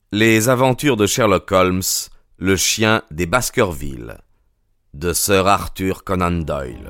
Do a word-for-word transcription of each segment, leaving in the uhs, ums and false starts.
Les aventures de Sherlock Holmes, le chien des Baskerville, de Sir Arthur Conan Doyle.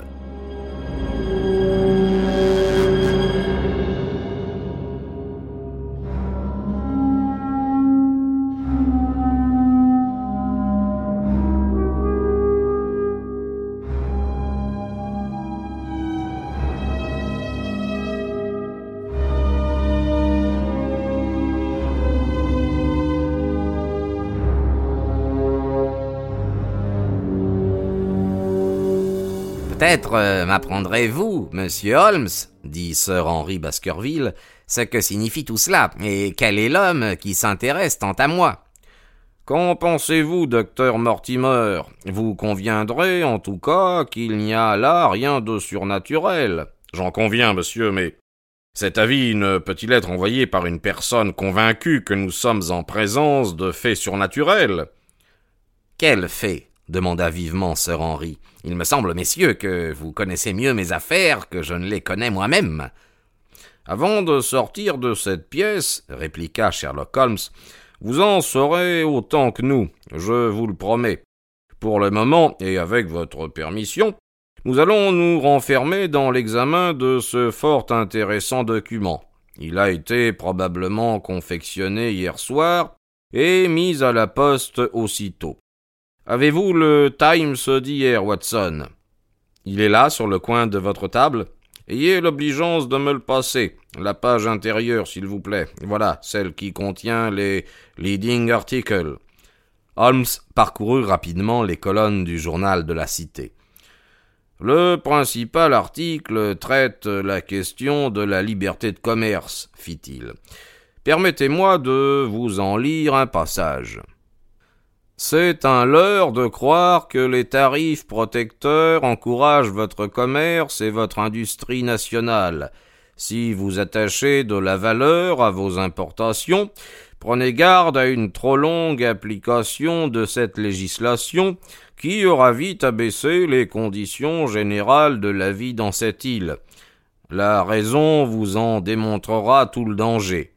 Peut-être euh, m'apprendrez-vous, monsieur Holmes, dit Sir Henry Baskerville, ce que signifie tout cela, et quel est l'homme qui s'intéresse tant à moi. Qu'en pensez-vous, docteur Mortimer? Vous conviendrez, en tout cas, qu'il n'y a là rien de surnaturel. J'en conviens, monsieur, mais cet avis ne peut-il être envoyé par une personne convaincue que nous sommes en présence de faits surnaturels? Quel fait? Demanda vivement Sir Henry. Il me semble, messieurs, que vous connaissez mieux mes affaires que je ne les connais moi-même. Avant de sortir de cette pièce, répliqua Sherlock Holmes, vous en saurez autant que nous, je vous le promets. Pour le moment, et avec votre permission, nous allons nous renfermer dans l'examen de ce fort intéressant document. Il a été probablement confectionné hier soir et mis à la poste aussitôt. Avez-vous le Times d'hier, Watson? Il est là, sur le coin de votre table. Ayez l'obligeance de me le passer. La page intérieure, s'il vous plaît. Voilà, celle qui contient les leading articles. Holmes parcourut rapidement les colonnes du journal de la Cité. Le principal article traite la question de la liberté de commerce, fit-il. Permettez-moi de vous en lire un passage. C'est un leurre de croire que les tarifs protecteurs encouragent votre commerce et votre industrie nationale. Si vous attachez de la valeur à vos importations, prenez garde à une trop longue application de cette législation qui aura vite abaissé les conditions générales de la vie dans cette île. La raison vous en démontrera tout le danger.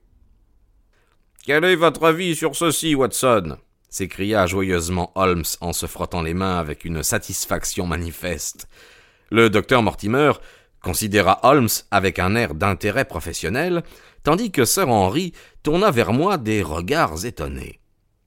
Quel est votre avis sur ceci, Watson ? S'écria joyeusement Holmes en se frottant les mains avec une satisfaction manifeste. Le docteur Mortimer considéra Holmes avec un air d'intérêt professionnel, tandis que Sir Henry tourna vers moi des regards étonnés.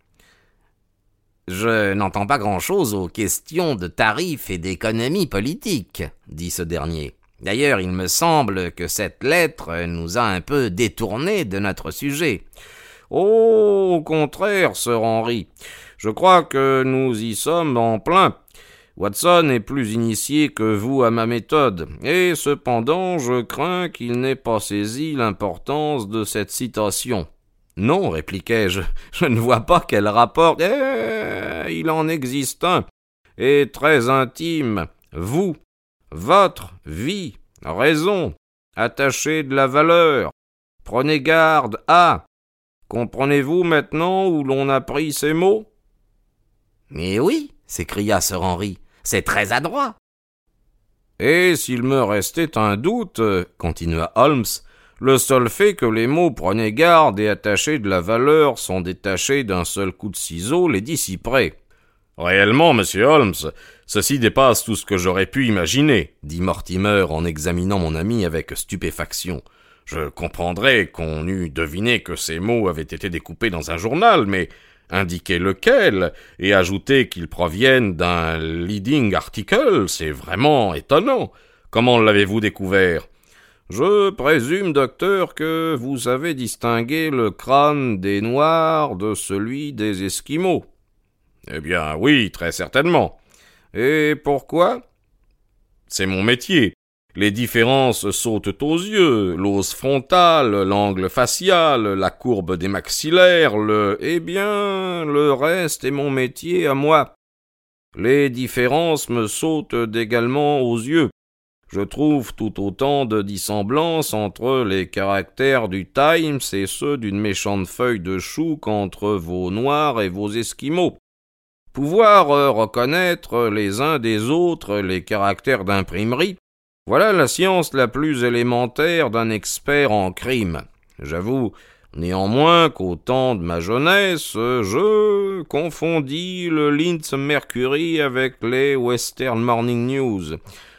« Je n'entends pas grand-chose aux questions de tarifs et d'économie politique, » dit ce dernier. « D'ailleurs, il me semble que cette lettre nous a un peu détournés de notre sujet. » Oh, au contraire, Sir Henry. Je crois que nous y sommes en plein. Watson est plus initié que vous à ma méthode, et cependant je crains qu'il n'ait pas saisi l'importance de cette citation. Non, répliquai-je, je ne vois pas quel rapport... Eh, il en existe un, et très intime. Vous, votre vie, raison, attachez de la valeur. Prenez garde à... Comprenez-vous maintenant où l'on a pris ces mots? Mais oui, s'écria Sir Henry, c'est très adroit. Et s'il me restait un doute, continua Holmes, le seul fait que les mots prenez garde et attachés de la valeur sont détachés d'un seul coup de ciseau les dissiperait. Réellement, monsieur Holmes, ceci dépasse tout ce que j'aurais pu imaginer, dit Mortimer en examinant mon ami avec stupéfaction. Je comprendrais qu'on eût deviné que ces mots avaient été découpés dans un journal, mais indiquer lequel et ajouter qu'ils proviennent d'un leading article, c'est vraiment étonnant. Comment l'avez-vous découvert? Je présume, docteur, que vous savez distinguer le crâne des Noirs de celui des Esquimaux. Eh bien, oui, très certainement. Et pourquoi? C'est mon métier. Les différences sautent aux yeux, l'os frontal, l'angle facial, la courbe des maxillaires, le... Eh bien, le reste est mon métier à moi. Les différences me sautent également aux yeux. Je trouve tout autant de dissemblances entre les caractères du Times et ceux d'une méchante feuille de chou qu'entre vos Noirs et vos Esquimaux. Pouvoir euh, reconnaître les uns des autres les caractères d'imprimerie, voilà la science la plus élémentaire d'un expert en crime. J'avoue, Néanmoins qu'au temps de ma jeunesse, je confondis le Leeds Mercury avec les Western Morning News.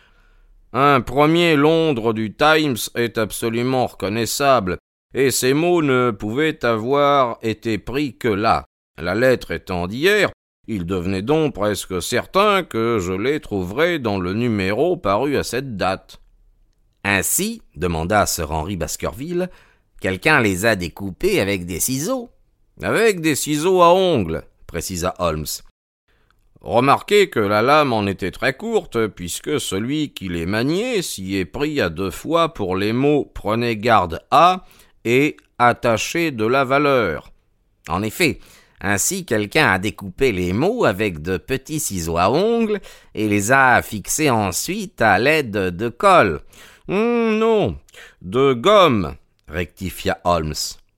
Un premier Londres du Times est absolument reconnaissable, et ces mots ne pouvaient avoir été pris que là. La lettre étant d'hier, il devenait donc presque certain que je les trouverais dans le numéro paru à cette date. Ainsi, demanda Sir Henry Baskerville, quelqu'un les a découpés avec des ciseaux. Avec des ciseaux à ongles, précisa Holmes. Remarquez que la lame en était très courte, puisque celui qui les maniait s'y est pris à deux fois pour les mots « prenez garde à » et « attachez de la valeur ». En effet, ainsi quelqu'un a découpé les mots avec de petits ciseaux à ongles et les a fixés ensuite à l'aide de colle. Hum, non, de gomme, rectifia Holmes.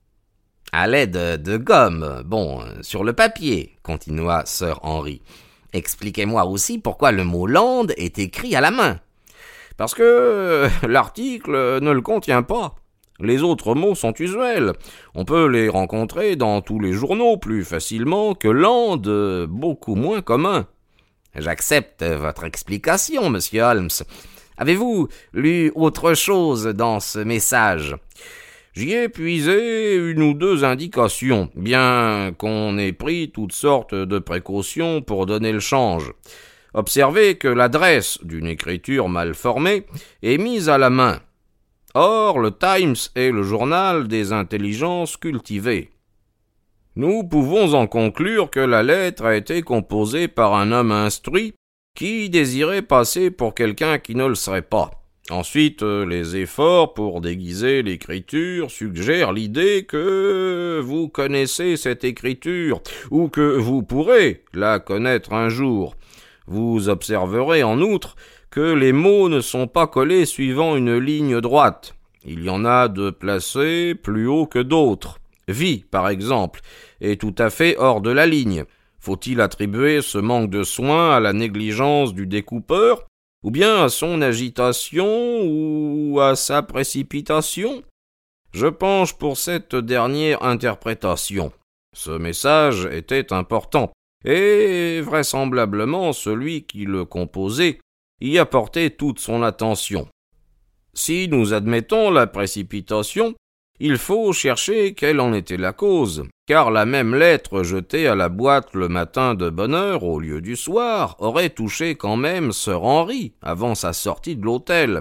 À l'aide de gomme, bon, sur le papier, continua Sir Henry. Expliquez-moi aussi pourquoi le mot « land » est écrit à la main. Parce que l'article ne le contient pas. Les autres mots sont usuels. On peut les rencontrer dans tous les journaux plus facilement que land, beaucoup moins commun. J'accepte votre explication, monsieur Holmes. Avez-vous lu autre chose dans ce message ? J'y ai puisé une ou deux indications, bien qu'on ait pris toutes sortes de précautions pour donner le change. Observez que l'adresse d'une écriture mal formée est mise à la main. Or, le Times est le journal des intelligences cultivées. Nous pouvons en conclure que la lettre a été composée par un homme instruit qui désirait passer pour quelqu'un qui ne le serait pas. Ensuite, les efforts pour déguiser l'écriture suggèrent l'idée que vous connaissez cette écriture, ou que vous pourrez la connaître un jour. Vous observerez en outre que les mots ne sont pas collés suivant une ligne droite. Il y en a de placés plus haut que d'autres. Vie, par exemple, est tout à fait hors de la ligne. Faut-il attribuer ce manque de soin à la négligence du découpeur, ou bien à son agitation, ou à sa précipitation? Je penche pour cette dernière interprétation. Ce message était important, et vraisemblablement celui qui le composait y apportait toute son attention. Si nous admettons la précipitation, il faut chercher quelle en était la cause, car la même lettre jetée à la boîte le matin de bonne heure au lieu du soir aurait touché quand même Sir Henry avant sa sortie de l'hôtel.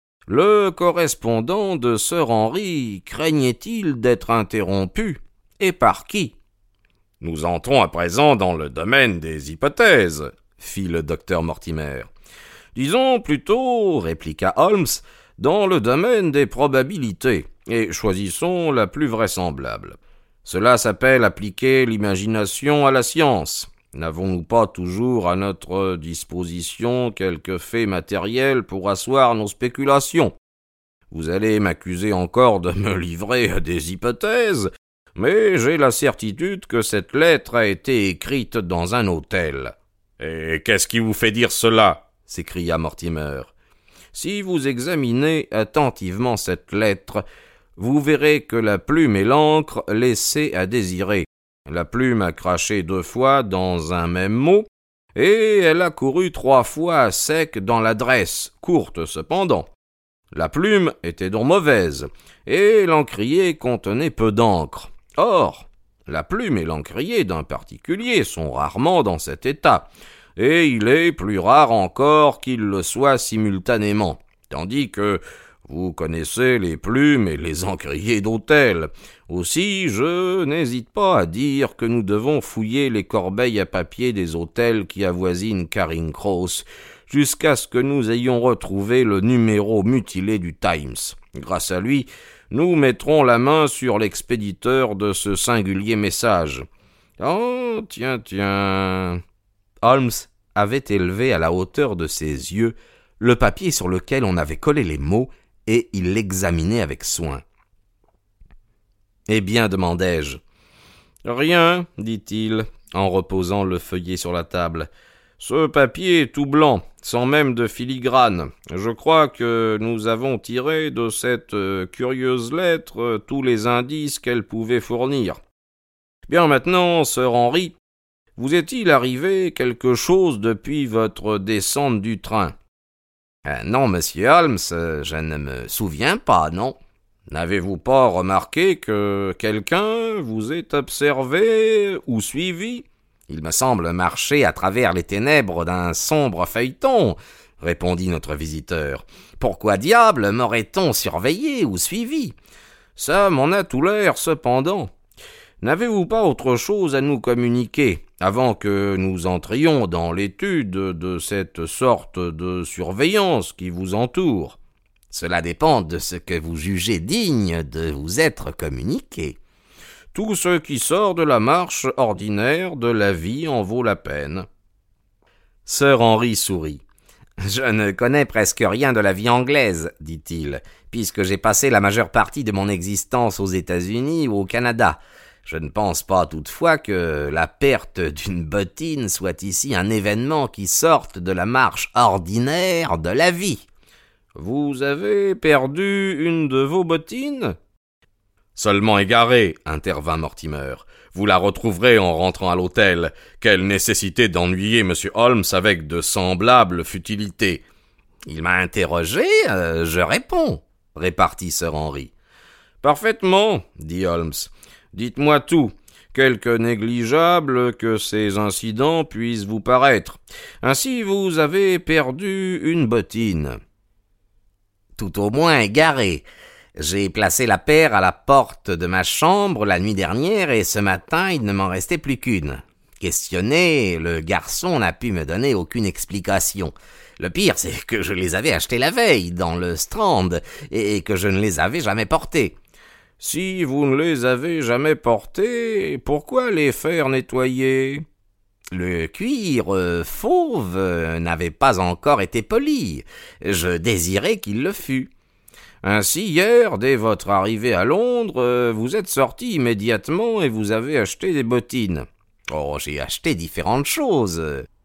Le correspondant de Sir Henry craignait-il d'être interrompu, et par qui? Nous entrons à présent dans le domaine des hypothèses, fit le docteur Mortimer. Disons plutôt, répliqua Holmes, dans le domaine des probabilités, et choisissons la plus vraisemblable. Cela s'appelle appliquer l'imagination à la science. N'avons-nous pas toujours à notre disposition quelques faits matériels pour asseoir nos spéculations? Vous allez m'accuser encore de me livrer à des hypothèses, mais j'ai la certitude que cette lettre a été écrite dans un hôtel. « Et qu'est-ce qui vous fait dire cela ?» s'écria Mortimer. « Si vous examinez attentivement cette lettre, vous verrez que la plume et l'encre laissaient à désirer. La plume a craché deux fois dans un même mot, et elle a couru trois fois à sec dans l'adresse, courte cependant. La plume était donc mauvaise, et l'encrier contenait peu d'encre. Or, la plume et l'encrier d'un particulier sont rarement dans cet état, et il est plus rare encore qu'ils le soient simultanément, tandis que vous connaissez les plumes et les encriers d'hôtel. Aussi, je n'hésite pas à dire que nous devons fouiller les corbeilles à papier des hôtels qui avoisinent Charing Cross, jusqu'à ce que nous ayons retrouvé le numéro mutilé du Times. Grâce à lui, nous mettrons la main sur l'expéditeur de ce singulier message. Oh, tiens, tiens... Holmes avait élevé à la hauteur de ses yeux le papier sur lequel on avait collé les mots, et il l'examinait avec soin. « Eh bien, demandai-je. »« Rien, dit-il, en reposant le feuillet sur la table. Ce papier est tout blanc, sans même de filigrane. Je crois que nous avons tiré de cette euh, curieuse lettre euh, tous les indices qu'elle pouvait fournir. Bien maintenant, sœur Henry, vous est-il arrivé quelque chose depuis votre descente du train? Euh, non, monsieur Holmes, euh, je ne me souviens pas, non. N'avez-vous pas remarqué que quelqu'un vous ait observé ou suivi? Il me semble marcher à travers les ténèbres d'un sombre feuilleton, répondit notre visiteur. Pourquoi diable m'aurait-on surveillé ou suivi? Ça m'en a tout l'air, cependant. N'avez-vous pas autre chose à nous communiquer, avant que nous entrions dans l'étude de cette sorte de surveillance qui vous entoure? Cela dépend de ce que vous jugez digne de vous être communiqué. Tout ce qui sort de la marche ordinaire de la vie en vaut la peine. Sir Henry sourit. Je ne connais presque rien de la vie anglaise, dit-il, puisque j'ai passé la majeure partie de mon existence aux États-Unis ou au Canada. Je ne pense pas toutefois que la perte d'une bottine soit ici un événement qui sorte de la marche ordinaire de la vie. Vous avez perdu une de vos bottines? Seulement égarée, intervint Mortimer. Vous la retrouverez en rentrant à l'hôtel. Quelle nécessité d'ennuyer M. Holmes avec de semblables futilités. Il m'a interrogé, euh, je réponds, répartit Sir Henry. Parfaitement, dit Holmes. Dites-moi tout, quelque négligeable que ces incidents puissent vous paraître. Ainsi, vous avez perdu une bottine. Tout au moins égarée. J'ai placé la paire à la porte de ma chambre la nuit dernière et ce matin, il ne m'en restait plus qu'une. Questionné, le garçon n'a pu me donner aucune explication. Le pire, c'est que je les avais achetées la veille, dans le Strand, et que je ne les avais jamais portées. Si vous ne les avez jamais portées, pourquoi les faire nettoyer? Le cuir euh, fauve euh, n'avait pas encore été poli. Je désirais qu'il le fût. Ainsi, hier, dès votre arrivée à Londres, euh, vous êtes sorti immédiatement et vous avez acheté des bottines. Oh, j'ai acheté différentes choses.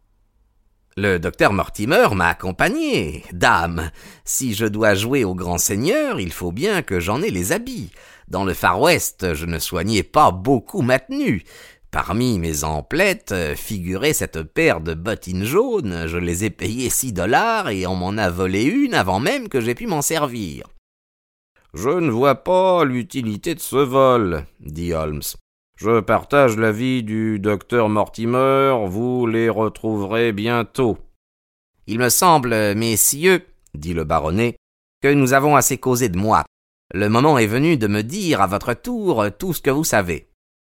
Le docteur Mortimer m'a accompagné. Dame, si je dois jouer au grand seigneur, il faut bien que j'en ai les habits. Dans le Far West, je ne soignais pas beaucoup ma tenue. Parmi mes emplettes figurait cette paire de bottines jaunes. Je les ai payées six dollars et on m'en a volé une avant même que j'aie pu m'en servir. Je ne vois pas l'utilité de ce vol, dit Holmes. Je partage l'avis du docteur Mortimer, vous les retrouverez bientôt. Il me semble, messieurs, dit le baronnet, que nous avons assez causé de moi. Le moment est venu de me dire à votre tour tout ce que vous savez.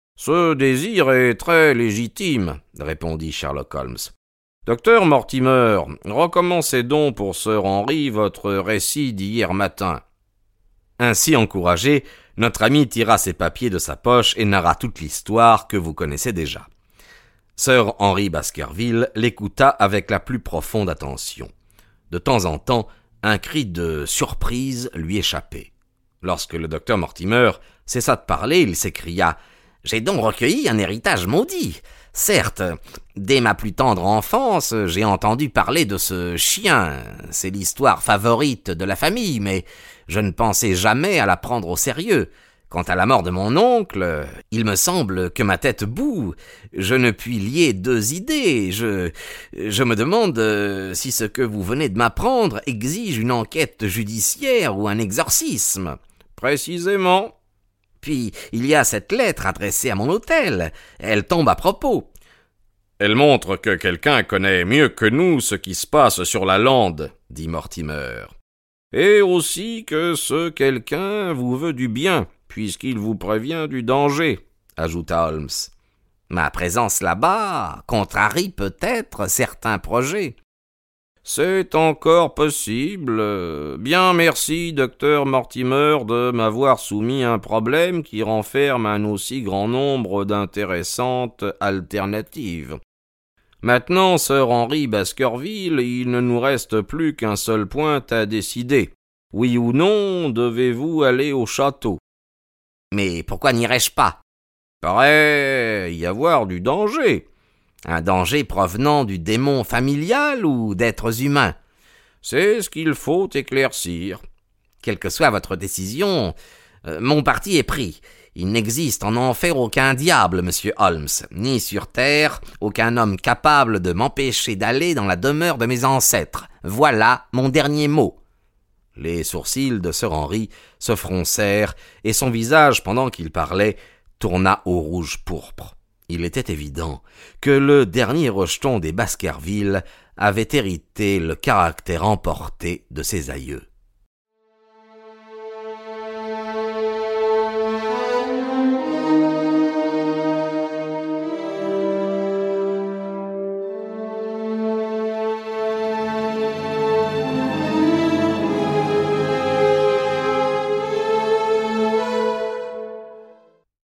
Ce désir est très légitime, répondit Sherlock Holmes. Docteur Mortimer, recommencez donc pour Sir Henry votre récit d'hier matin. Ainsi encouragé, notre ami tira ses papiers de sa poche et narra toute l'histoire que vous connaissez déjà. Sir Henry Baskerville l'écouta avec la plus profonde attention. De temps en temps, un cri de surprise lui échappait. Lorsque le docteur Mortimer cessa de parler, il s'écria « J'ai donc recueilli un héritage maudit. Certes, dès ma plus tendre enfance, j'ai entendu parler de ce chien. C'est l'histoire favorite de la famille, mais je ne pensais jamais à la prendre au sérieux. Quant à la mort de mon oncle, il me semble que ma tête bout. Je ne puis lier deux idées. Je, je me demande si ce que vous venez de m'apprendre exige une enquête judiciaire ou un exorcisme. » Précisément. Puis, il y a cette lettre adressée à mon hôtel. Elle tombe à propos. Elle montre que quelqu'un connaît mieux que nous ce qui se passe sur la lande, dit Mortimer. Et aussi que ce quelqu'un vous veut du bien, puisqu'il vous prévient du danger, ajouta Holmes. Ma présence là-bas contrarie peut-être certains projets. C'est encore possible. Bien merci, docteur Mortimer, de m'avoir soumis un problème qui renferme un aussi grand nombre d'intéressantes alternatives. Maintenant, Sir Henry Baskerville, il ne nous reste plus qu'un seul point à décider. Oui ou non, devez-vous aller au château? Mais pourquoi n'irais-je pas? Paraît y avoir du danger. Un danger provenant du démon familial ou d'êtres humains? C'est ce qu'il faut éclaircir. Quelle que soit votre décision, euh, mon parti est pris. Il n'existe en enfer aucun diable, monsieur Holmes, ni sur terre aucun homme capable de m'empêcher d'aller dans la demeure de mes ancêtres. Voilà mon dernier mot. Les sourcils de Sir Henry se froncèrent, et son visage, pendant qu'il parlait, tourna au rouge pourpre. Il était évident que le dernier rejeton des Baskerville avait hérité le caractère emporté de ses aïeux.